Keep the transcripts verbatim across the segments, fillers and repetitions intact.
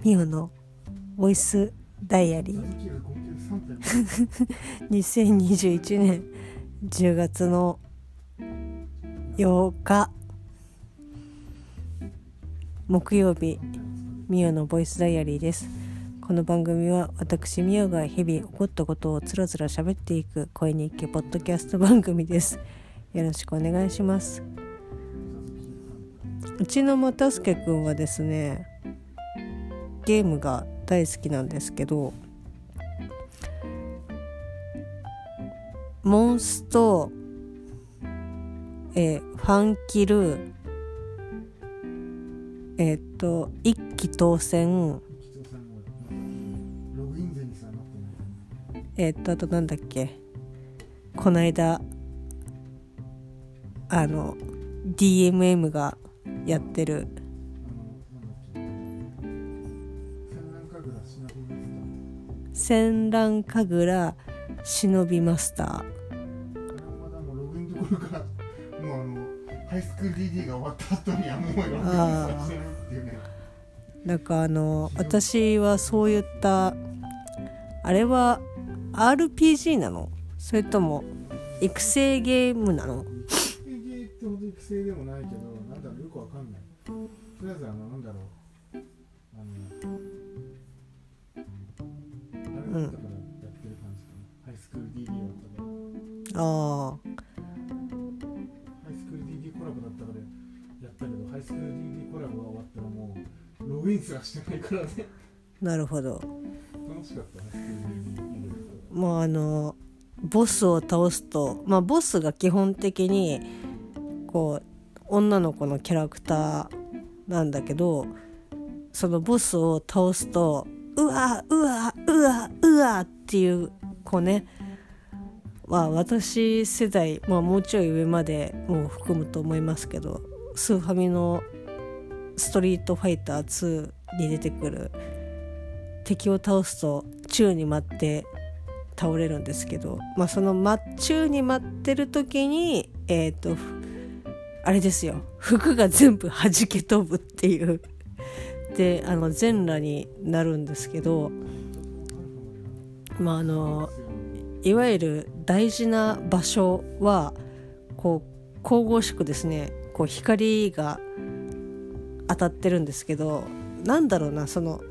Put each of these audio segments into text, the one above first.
ミオのボイスダイアリーにせんにじゅういちねんじゅうがつのようか木曜日、ミオのボイスダイアリーです。この番組は私ミオが日々起こったことをつらつら喋っていく声日記ポッドキャスト番組です。よろしくお願いします。うちの又助くんはですね、ゲームが大好きなんですけど、モンスト、えー、ファンキル、えっ、ー、と一騎当選、えっ、ー、とあとなんだっけ、この間あの ディーエムエム がやってる戦乱神楽忍びマスター。 ログインどころかもうあのハイスクール ディーディー が終わった後にはもうログインしてるっていうね。 なんかあの私はそういったあれは アールピージー なの？それとも育成ゲームなの？ 育成ゲーってほど育成でもないけど、なんだろう、よくわかんない。とりあえずあのなんだろう、あのあれだったからやってる感じかな、うん、ハイスクール ディーディー だったから。ああ。ハイスクール ディーディー コラボだったからやったけど、ハイスクール ディーディー コラボが終わったらもうログインすらしてないからね。なるほど。楽しかった。ハイスクール ディーディー。 もうあのボスを倒すと、まあボスが基本的にこう女の子のキャラクターなんだけど、そのボスを倒すとうわうわうわうわっていうこうね、まあ私世代、まあもうちょい上までもう含むと思いますけど、スーファミのストリートファイターツーに出てくる敵を倒すと宙に舞って倒れるんですけど、まあその真っ宙に舞ってる時にえっとあれですよ、服が全部弾け飛ぶっていうで、あの全裸になるんですけど、まああのいわゆる大事な場所はこう神々しくですね、こう光が当たってるんですけど、なんだろうな、その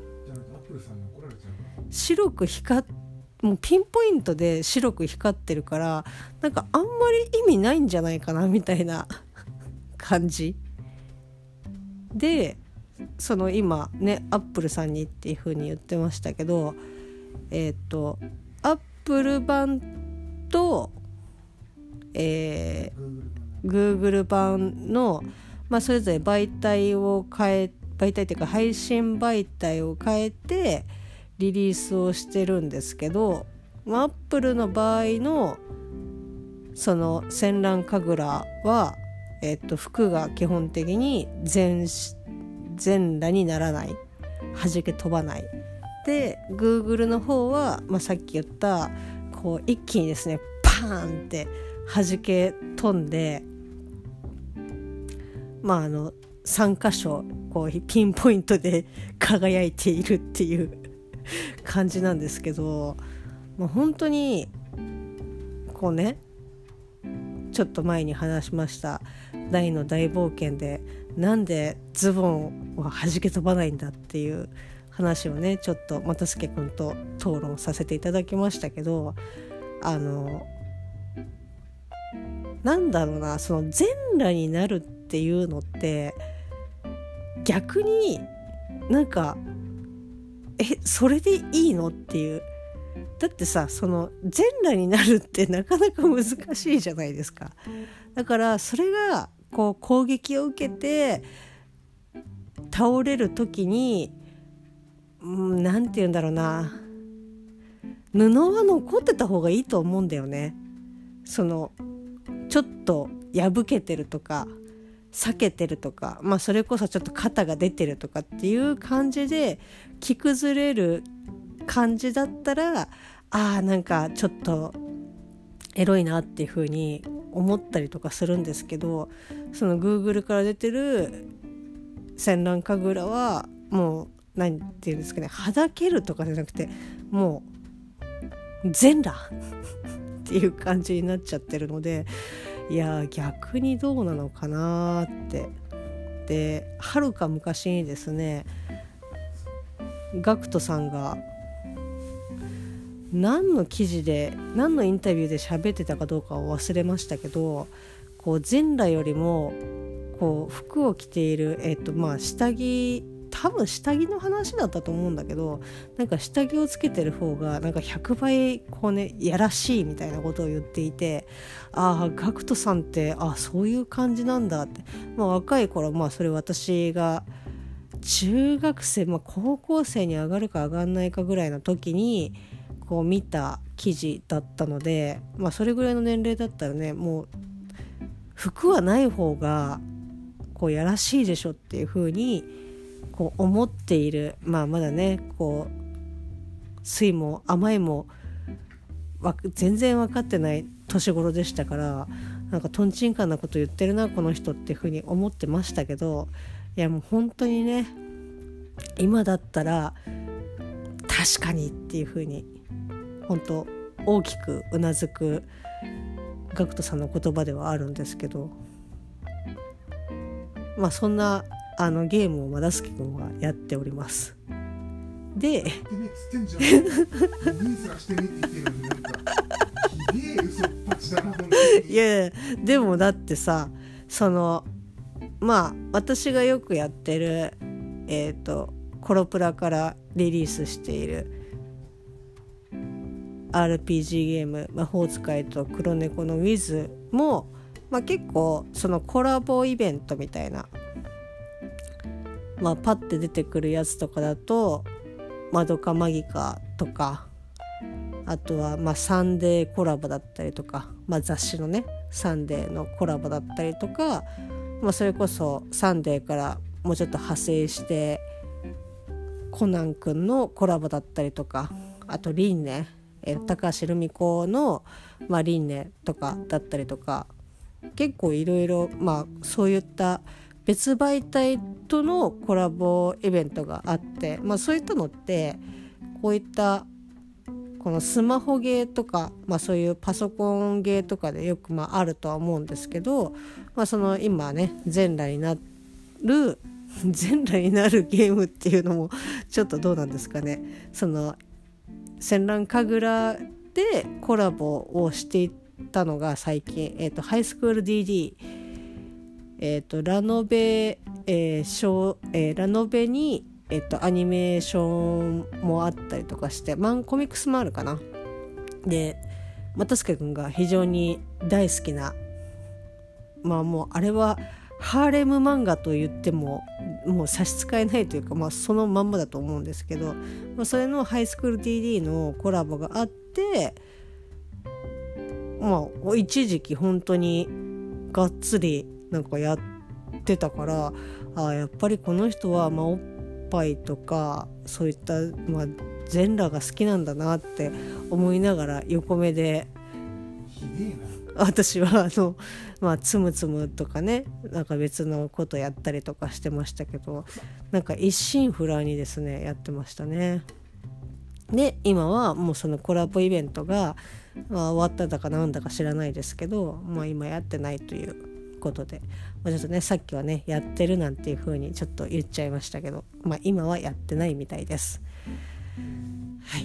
白く光っもうピンポイントで白く光ってるから、なんかあんまり意味ないんじゃないかなみたいな感じで、その今ねアップルさんにっていう風に言ってましたけど、えっとアップル版と、えー、Google 版の、まあ、それぞれ媒体を変え媒体っていうか配信媒体を変えてリリースをしてるんですけど、アップルの場合のその戦乱神楽は、えっと、服が基本的に 全, 全裸にならない、弾け飛ばないで、 Google の方は、まあ、さっき言ったこう一気にですねパーンって弾け飛んで、まああのさん箇所こうピンポイントで輝いているっていう感じなんですけど、もう本当にこうね、ちょっと前に話しました大の大冒険でなんでズボンは弾け飛ばないんだっていう話をね、ちょっと又助くんと討論させていただきましたけど、あのなんだろうな、その全裸になるっていうのって逆になんかえそれでいいのっていう。だってさ、その全裸になるってなかなか難しいじゃないですか。だからそれがこう攻撃を受けて倒れる時に、うん、なんて言うんだろうな、布は残ってた方がいいと思うんだよね。そのちょっと破けてるとか裂けてるとか、まあそれこそちょっと肩が出てるとかっていう感じで着崩れる感じだったら、ああなんかちょっとエロいなっていう風に思ったりとかするんですけど、その Google から出てる戦乱神楽はもう何ていうんですかね、はだけるとかじゃなくてもう全裸っていう感じになっちゃってるので、いや逆にどうなのかなって。ではるか昔にですね、ガクトさんが何の記事で何のインタビューで喋ってたかどうかを忘れましたけど、こう全裸よりもこう服を着ている、えーとまあ、下着、多分下着の話だったと思うんだけど、なんか下着をつけてる方がなんかひゃくばいこうねやらしいみたいなことを言っていて、ああガクトさんってあそういう感じなんだって、まあ、若い頃、まあ、それ私が中学生、まあ、高校生に上がるか上がんないかぐらいの時にこう見た記事だったので、まあ、それぐらいの年齢だったらね、もう服はない方がこうやらしいでしょっていう風にこう思っている、まあまだねこう酸いも甘いもわ全然分かってない年頃でしたから、なんかトンチンカンなこと言ってるなこの人っていう風に思ってましたけど、いやもう本当にね今だったら確かにっていう風に本当大きくうなずくガクトさんの言葉ではあるんですけど、まあそんなあのゲームをまだすきくんはやっております。でいやでもだってさ、そのまあ私がよくやってるえっとコロプラからリリースしている アールピージー ゲーム魔法使いと黒猫のウィズも、まあ、結構そのコラボイベントみたいな、まあ、パッて出てくるやつとかだとマドカマギカとか、あとはまあサンデーコラボだったりとか、まあ、雑誌のねサンデーのコラボだったりとか、まあ、それこそサンデーからもうちょっと派生してコナンくんのコラボだったりとか、あとリンネ、え高橋留美子の、まあ、リンネとかだったりとか、結構いろいろまあそういった別媒体とのコラボイベントがあって、まあ、そういったのってこういったこのスマホゲーとか、まあ、そういうパソコンゲーとかでよくまああるとは思うんですけど、まあ、その今ね全裸になる全裸になるゲームっていうのもちょっとどうなんですかね。その戦乱神楽でコラボをしていったのが最近、えーと、ハイスクール ディーディー、えーと、ラノベ、えーショーえー、ラノベに、えーと、アニメーションもあったりとかして、マンコミックスもあるかな。で、またすけくんが非常に大好きな、まあもうあれはハーレム漫画と言ってももう差し支えないというか、まあ、そのまんまだと思うんですけど、まあ、それのハイスクール ディーディー のコラボがあって、まあ一時期本当にがっつりなんかやってたから、あやっぱりこの人はまあおっぱいとかそういった、まあ、全裸が好きなんだなって思いながら横目でひでえな私はあの、まあ、つむつむとかね、なんか別のことやったりとかしてましたけど、なんか一心不乱にですねやってましたね。で今はもうそのコラボイベントが、まあ、終わっただかなんだか知らないですけど、まあ、今やってないということで、まあ、ちょっとねさっきはねやってるなんていう風にちょっと言っちゃいましたけど、まあ、今はやってないみたいです。はい、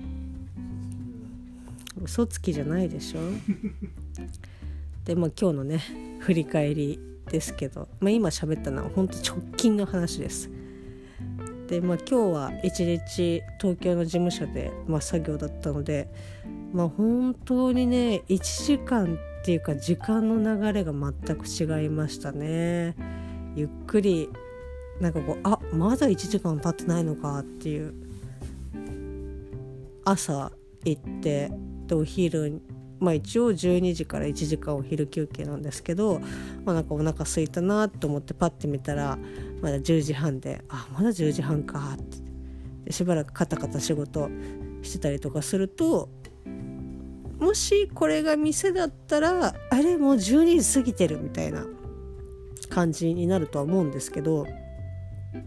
嘘つきじゃないでしょで、まあ、今日のね振り返りですけど、まあ、今喋ったのは本当直近の話です。で、まあ、今日は一日東京の事務所で、まあ、作業だったので、まあ、本当にねいちじかんっていうか時間の流れが全く違いましたね。ゆっくりなんかこうあまだいちじかん経ってないのかっていう、朝行ってでお昼、まあ、一応じゅうにじからいちじかんお昼休憩なんですけど、まあ、なんかお腹空いたなと思ってパッて見たらまだじゅうじはんで、あまだじゅうじはんかって、でしばらくカタカタ仕事してたりとかすると、もしこれが店だったらあれもうじゅうにじ過ぎてるみたいな感じになるとは思うんですけど、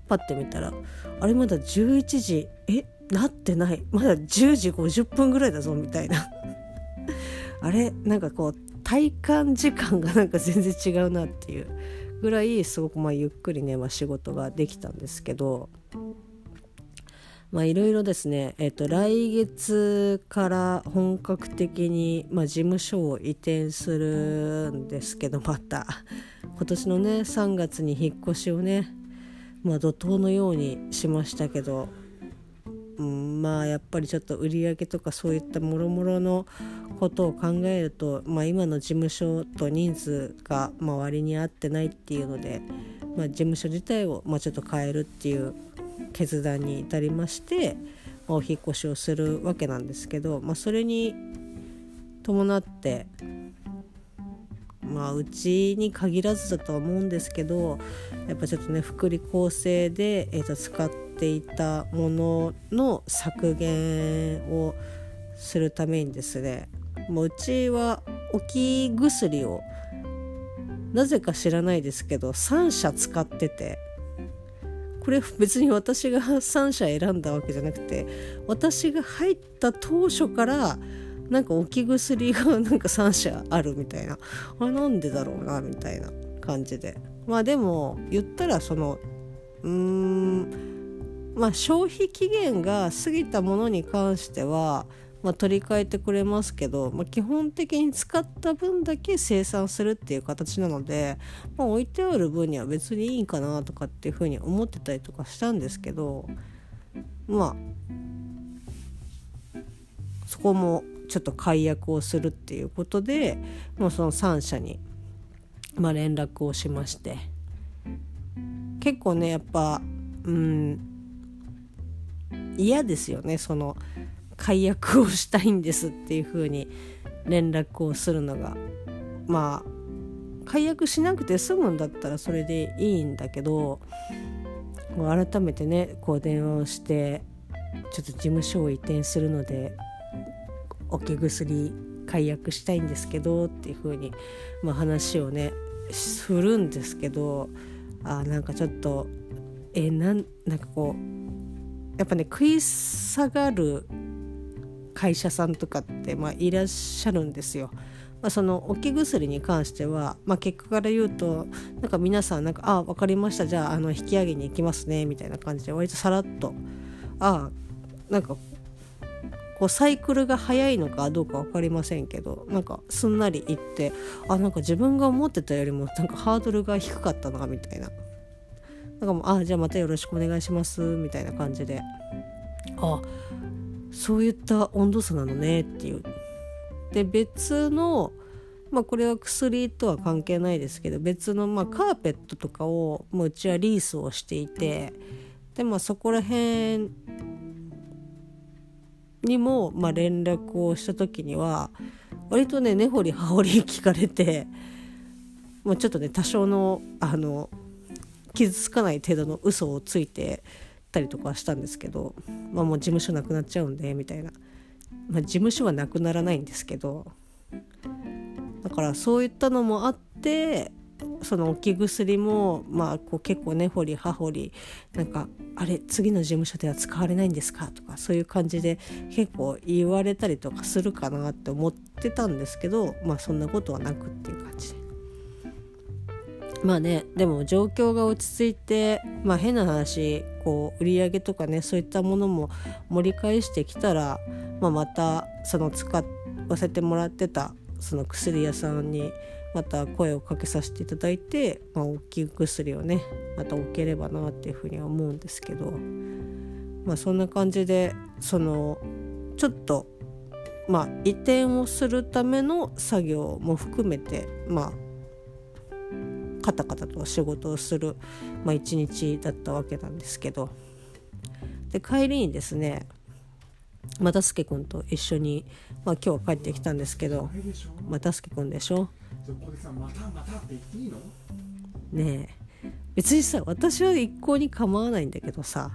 パッて見たらあれまだじゅういちじえなってないまだじゅうじごじゅっぷんぐらいだぞみたいなあれなんかこう体感時間がなんか全然違うなっていうぐらいすごくまあゆっくりね、まあ、仕事ができたんですけど、まあいろいろですね、えっと来月から本格的にまあ事務所を移転するんですけど、また今年のねさんがつに引っ越しをね、まあ怒涛のようにしましたけど、うん、まあやっぱりちょっと売り上げとかそういったもろもろのことを考えると、まあ、今の事務所と人数がまあ割に合ってないっていうので、まあ、事務所自体をまあちょっと変えるっていう決断に至りまして、まあ、お引っ越しをするわけなんですけど、まあ、それに伴ってまあうちに限らずだとは思うんですけど、やっぱちょっとね福利厚生で、えー、と使っていたものの削減をするためにですね、もううちは置き薬をなぜか知らないですけどさんしゃ使ってて、これ別に私がさんしゃ選んだわけじゃなくて、私が入った当初からなんか置き薬がなんかさんしゃあるみたいな、あれなんでだろうなみたいな感じで、まあでも言ったらそのうーんまあ消費期限が過ぎたものに関してはまあ、取り替えてくれますけど、まあ、基本的に使った分だけ生産するっていう形なので、まあ、置いてある分には別にいいかなとかっていうふうに思ってたりとかしたんですけど、まあそこもちょっと解約をするっていうことで、もうそのさんしゃにまあ連絡をしまして、結構ねやっぱうん嫌ですよね、その解約をしたいんですっていう風に連絡をするのが。まあ解約しなくて済むんだったらそれでいいんだけど、改めてねこう電話をしてちょっと事務所を移転するので置き薬解約したいんですけどっていう風に、まあ、話をねするんですけど、あなんかちょっとえなんなんかこうやっぱね食い下がる会社さんとかって、まあ、いらっしゃるんですよ。まあ、その置き薬に関しては、まあ、結果から言うとなんか皆さんなんかあ分かりましたじゃあ、あの引き上げに行きますねみたいな感じで割とさらっとあなんかこうサイクルが早いのかどうか分かりませんけど、なんかすんなりいってあなんか自分が思ってたよりもなんかハードルが低かったなみたいな、なんかもうあじゃあまたよろしくお願いしますみたいな感じで、あそういった温度差なのねっていう。で別のまあこれは薬とは関係ないですけど、別のまあカーペットとかをもううちはリースをしていて、でまあそこら辺にもまあ連絡をした時には割とね根掘り葉掘り聞かれて、まあ、ちょっとね多少のあの傷つかない程度の嘘をついてたりとかしたんですけど、まあもう事務所なくなっちゃうんでみたいな、まあ、事務所はなくならないんですけど、だからそういったのもあってその置き薬もまあこう結構根掘り葉掘りなんかあれ次の事務所では使われないんですかとかそういう感じで結構言われたりとかするかなって思ってたんですけど、まあそんなことはなくっていう感じで、まあねでも状況が落ち着いて、まあ変な話こう売り上げとかねそういったものも盛り返してきたら、まあ、またその使わせてもらってたその薬屋さんにまた声をかけさせていただいて、まあ、大きい薬をねまた置ければなっていうふうには思うんですけど、まあそんな感じでそのちょっとまあ移転をするための作業も含めてまあカタカタと仕事をする、まあ、一日だったわけなんですけど、で帰りにですねまたすけくんと一緒に、まあ、今日は帰ってきたんですけど、またすけくんでしょ。 またまたって言っていいの？ ねえ別にさ私は一向に構わないんだけどさ、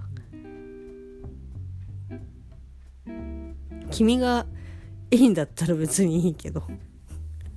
君がいいんだったら別にいいけど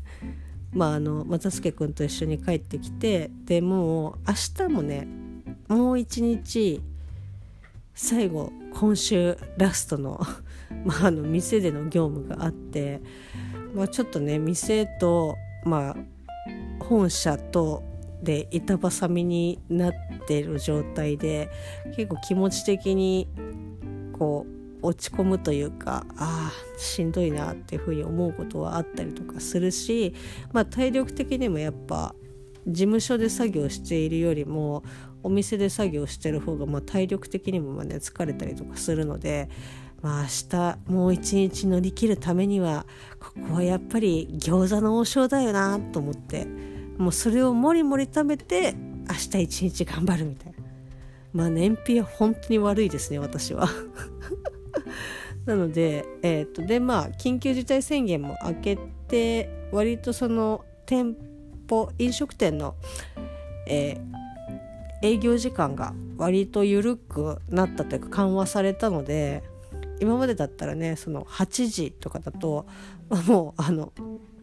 まああのまたすけくんと一緒に帰ってきて、でもう明日もねもう一日最後今週ラストのまあ、あの店での業務があって、まあ、ちょっとね店と、まあ、本社とで板挟みになっている状態で結構気持ち的にこう落ち込むというか、あーしんどいなっていうふうに思うことはあったりとかするし、まあ、体力的にもやっぱ事務所で作業しているよりもお店で作業してる方がまあ体力的にもまあ、ね、疲れたりとかするので、まあ、明日もう一日乗り切るためにはここはやっぱり餃子の王将だよなと思って、もうそれをもりもり食べて明日一日頑張るみたいな。まあ燃費は本当に悪いですね私はなので、えーとでまあ、緊急事態宣言も明けて割とその店舗飲食店の、えー、営業時間が割と緩くなったというか緩和されたので、今までだったらねそのはちじとかだともうあの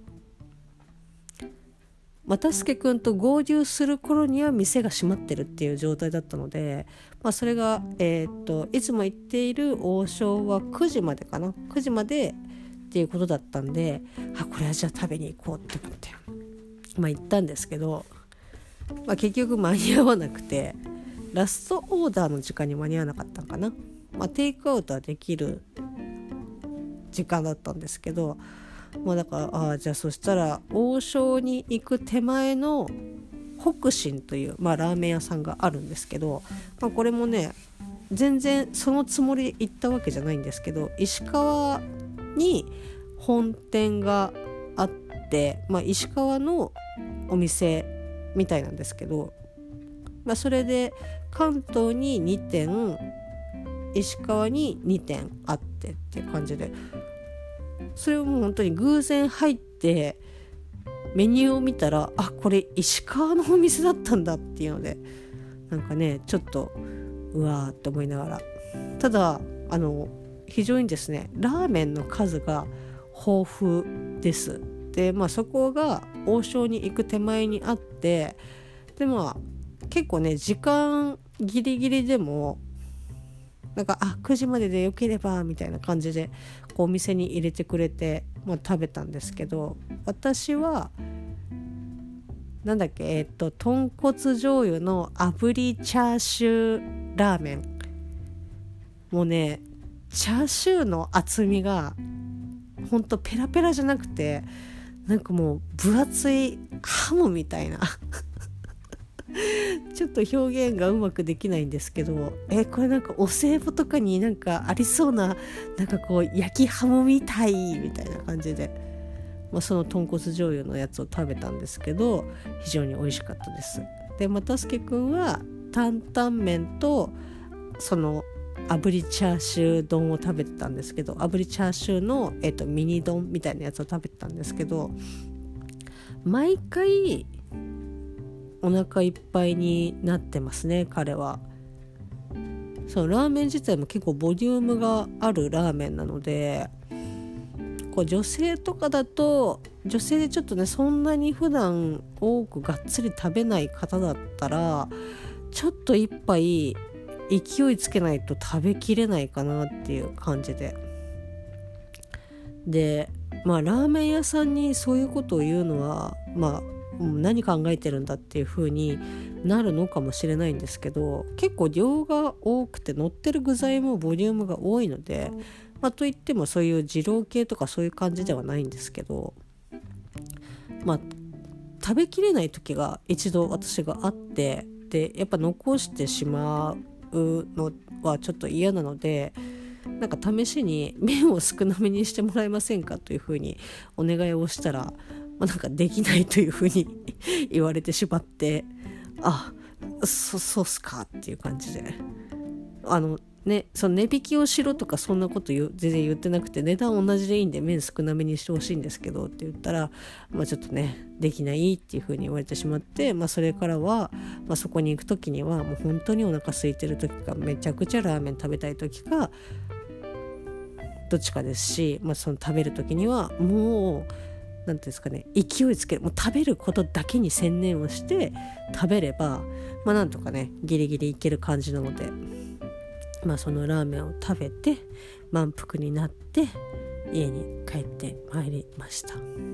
又助くんと合流する頃には店が閉まってるっていう状態だったので、まあ、それが、えー、っといつも行っている王将はくじまでかなくじまでっていうことだったんで、あこれはじゃあ食べに行こうって思って、まあ、行ったんですけど、まあ、結局間に合わなくてラストオーダーの時間に間に合わなかったのかな、まあ、テイクアウトはできる時間だったんですけど、まあ、だからあじゃあそしたら王将に行く手前の北進という、まあ、ラーメン屋さんがあるんですけど、まあ、これもね全然そのつもりで行ったわけじゃないんですけど、石川に本店があって、まあ、石川のお店みたいなんですけど、まあ、それで関東ににてん石川ににてんあってっていう感じで、それをもう本当に偶然入ってメニューを見たらあこれ石川のお店だったんだっていうので、なんかねちょっとうわーって思いながら、ただあの非常にですねラーメンの数が豊富です。でまあそこが王将に行く手前にあって、でまあ結構ね時間ギリギリでもなんかあくじまででよければみたいな感じでこうお店に入れてくれて、まあ、食べたんですけど、私はなんだっけえっと豚骨醤油の炙りチャーシューラーメン、もうねチャーシューの厚みがほんとペラペラじゃなくて、なんかもう分厚いハムみたいなちょっと表現がうまくできないんですけど、えこれなんかお歳暮とかになんかありそうな、なんかこう焼きハムみたいみたいな感じで、まあ、その豚骨醤油のやつを食べたんですけど非常に美味しかったです。で又助くんは担々麺とその炙りチャーシュー丼を食べてたんですけど、炙りチャーシューの、えっと、ミニ丼みたいなやつを食べてたんですけど、毎回お腹いっぱいになってますね彼は。そうラーメン自体も結構ボリュームがあるラーメンなので、こう女性とかだと女性でちょっとねそんなに普段多くがっつり食べない方だったらちょっと一杯勢いつけないと食べきれないかなっていう感じで、でまあラーメン屋さんにそういうことを言うのはまあ何考えてるんだっていう風になるのかもしれないんですけど、結構量が多くて乗ってる具材もボリュームが多いので、まあ、といってもそういう二郎系とかそういう感じではないんですけど、まあ食べきれない時が一度私があって、でやっぱ残してしまうのはちょっと嫌なので、なんか試しに麺を少なめにしてもらえませんかという風にお願いをしたら、まあ、なんかできないというふうに言われてしまって、あそそうっすかっていう感じで、あのねその値引きをしろとかそんなこと言う全然言ってなくて、値段同じでいいんで麺少なめにしてほしいんですけどって言ったら、まあ、ちょっとねできないっていうふうに言われてしまって、まあ、それからは、まあ、そこに行く時にはもう本当にお腹空いてる時かめちゃくちゃラーメン食べたい時かどっちかですし、まあ、その食べる時にはもうなんていうんですかね、勢いつける、もう食べることだけに専念をして食べれば、まあなんとかねギリギリいける感じなので、まあそのラーメンを食べて満腹になって家に帰ってまいりました。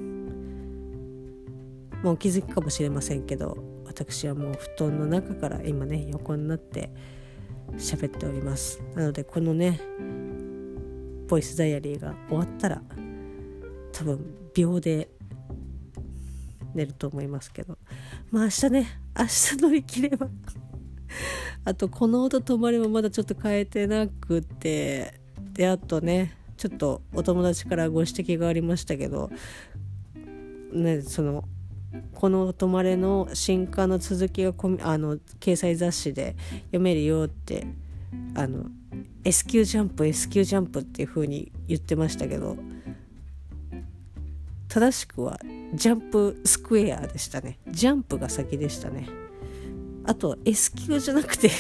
もうお気づきかもしれませんけど、私はもう布団の中から今ね横になって喋っております。なのでこのねボイスダイアリーが終わったら多分秒で寝ると思いますけど、まあ明日ね明日乗り切ればあとこの音止まりもまだちょっと変えてなくて、であとねちょっとお友達からご指摘がありましたけどね、そのこの止まれの新刊の続きがあの掲載雑誌で読めるよってあの S 級ジャンプ S 級ジャンプっていう風に言ってましたけど、正しくはジャンプスクエアでしたね。ジャンプが先でしたね。あと S 級じゃなくて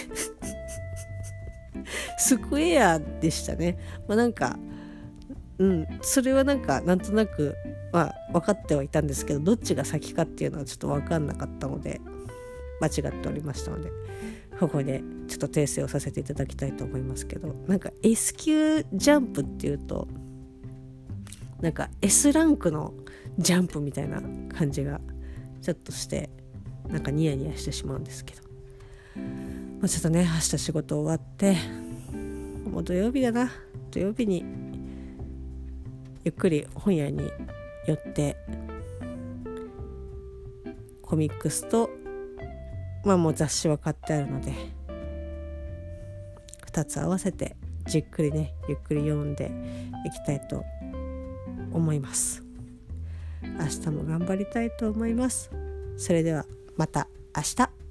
スクエアでしたね。まあなんかうんそれはなんかなんとなくまあ分かってはいたんですけど、どっちが先かっていうのはちょっと分かんなかったので間違っておりましたので、ここでちょっと訂正をさせていただきたいと思いますけど、なんか S 級ジャンプっていうとなんか S ランクのジャンプみたいな感じがちょっとしてなんかニヤニヤしてしまうんですけど、まあ、ちょっとね明日仕事終わってもう土曜日だな土曜日にゆっくり本屋に寄ってコミックスとまあもう雑誌は買ってあるのでふたつ合わせてじっくりねゆっくり読んでいきたいと思います。明日も頑張りたいと思います。それではまた明日。